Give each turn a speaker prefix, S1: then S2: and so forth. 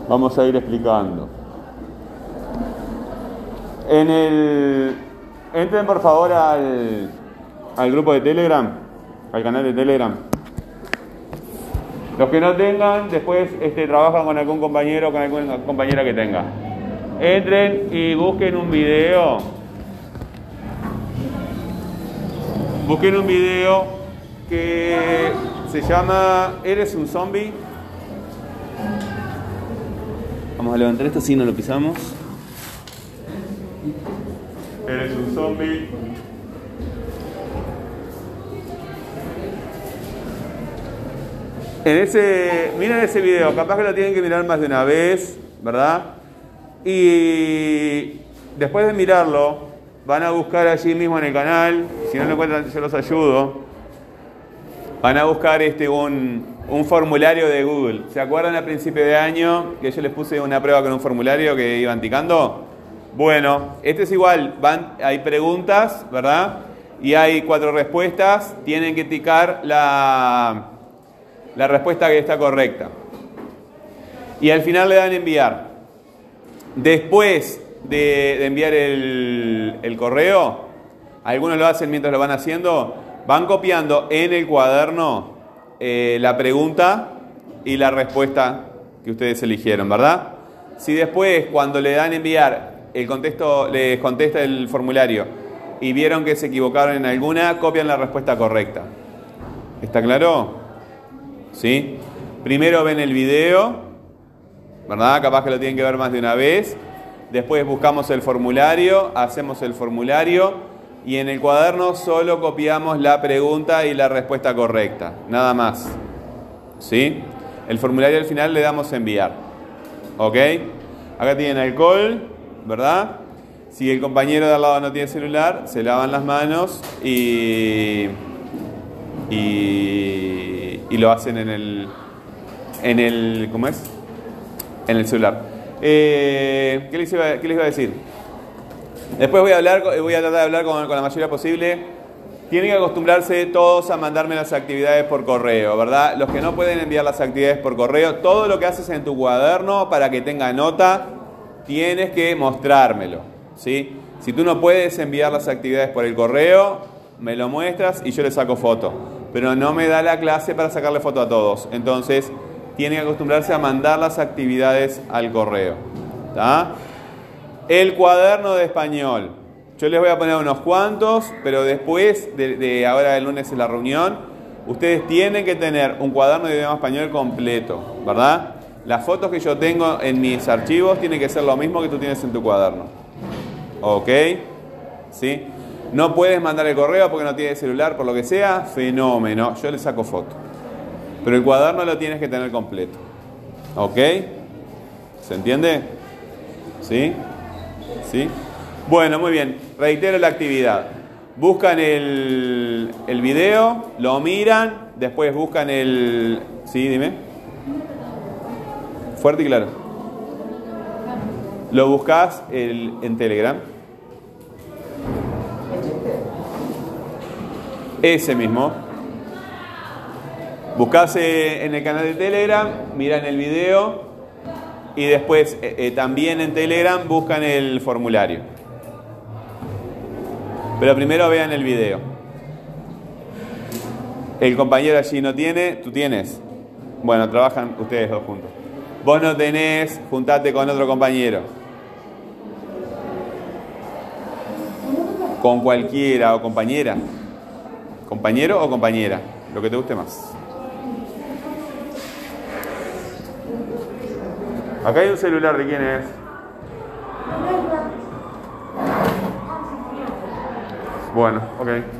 S1: Vamos a ir explicando. Entren por favor al grupo de Telegram, al canal de Telegram. Los que no tengan, después trabajan con algún compañero o con alguna compañera que tenga. Entren y busquen un video. Busquen un video que se llama ¿Eres un zombie? Vamos a levantar esto si no lo pisamos. ¿Eres un zombie? Miren ese video, capaz que lo tienen que mirar más de una vez, ¿verdad? Y después de mirarlo, van a buscar allí mismo en el canal, si no lo encuentran yo los ayudo, van a buscar un formulario de Google. ¿Se acuerdan a principio de año que yo les puse una prueba con un formulario que iban ticando? Bueno, este es igual, hay preguntas, ¿verdad? Y hay 4 respuestas, tienen que ticar la respuesta que está correcta. Y al final le dan enviar. Después de enviar el correo, algunos lo hacen mientras lo van haciendo, van copiando en el cuaderno la pregunta y la respuesta que ustedes eligieron, ¿verdad? Si después, cuando le dan enviar, les contesta el formulario y vieron que se equivocaron en alguna, copian la respuesta correcta. ¿Está claro? ¿Sí? Primero ven el video, ¿verdad? Capaz que lo tienen que ver más de una vez. Después buscamos el formulario, hacemos el formulario y en el cuaderno solo copiamos la pregunta y la respuesta correcta. Nada más. ¿Sí? El formulario al final le damos enviar. ¿Ok? Acá tienen alcohol, ¿verdad? Si el compañero de al lado no tiene celular, se lavan las manos y lo hacen en el ¿cómo es? En el celular. ¿Qué les iba a decir? Después voy a tratar de hablar con la mayoría posible. Tienen que acostumbrarse todos a mandarme las actividades por correo, ¿verdad? Los que no pueden enviar las actividades por correo, todo lo que haces en tu cuaderno para que tenga nota, tienes que mostrármelo, ¿sí? Si tú no puedes enviar las actividades por el correo, me lo muestras y yo le saco foto. Pero no me da la clase para sacarle foto a todos. Entonces, tienen que acostumbrarse a mandar las actividades al correo. ¿Tá? El cuaderno de español. Yo les voy a poner unos cuantos, pero después de ahora el lunes en la reunión, ustedes tienen que tener un cuaderno de idioma español completo, ¿verdad? Las fotos que yo tengo en mis archivos tienen que ser lo mismo que tú tienes en tu cuaderno. ¿Ok? ¿Sí? No puedes mandar el correo porque no tienes celular, por lo que sea, fenómeno, yo le saco foto. Pero el cuaderno lo tienes que tener completo. ¿Ok? ¿Se entiende? ¿Sí? ¿Sí? Bueno, muy bien. Reitero la actividad. Buscan el video, lo miran, después buscan el... ¿Sí? Dime. Fuerte y claro. Lo buscas en Telegram. Ese mismo. Buscás en el canal de Telegram, miran el video y después también en Telegram buscan el formulario. Pero primero vean el video. El compañero allí no tiene, tú tienes. Bueno, trabajan ustedes dos juntos. Vos no tenés, juntate con otro compañero. Con cualquiera o compañera. Compañero o compañera, lo que te guste más. Acá hay un celular, ¿de quién es? Bueno, ok.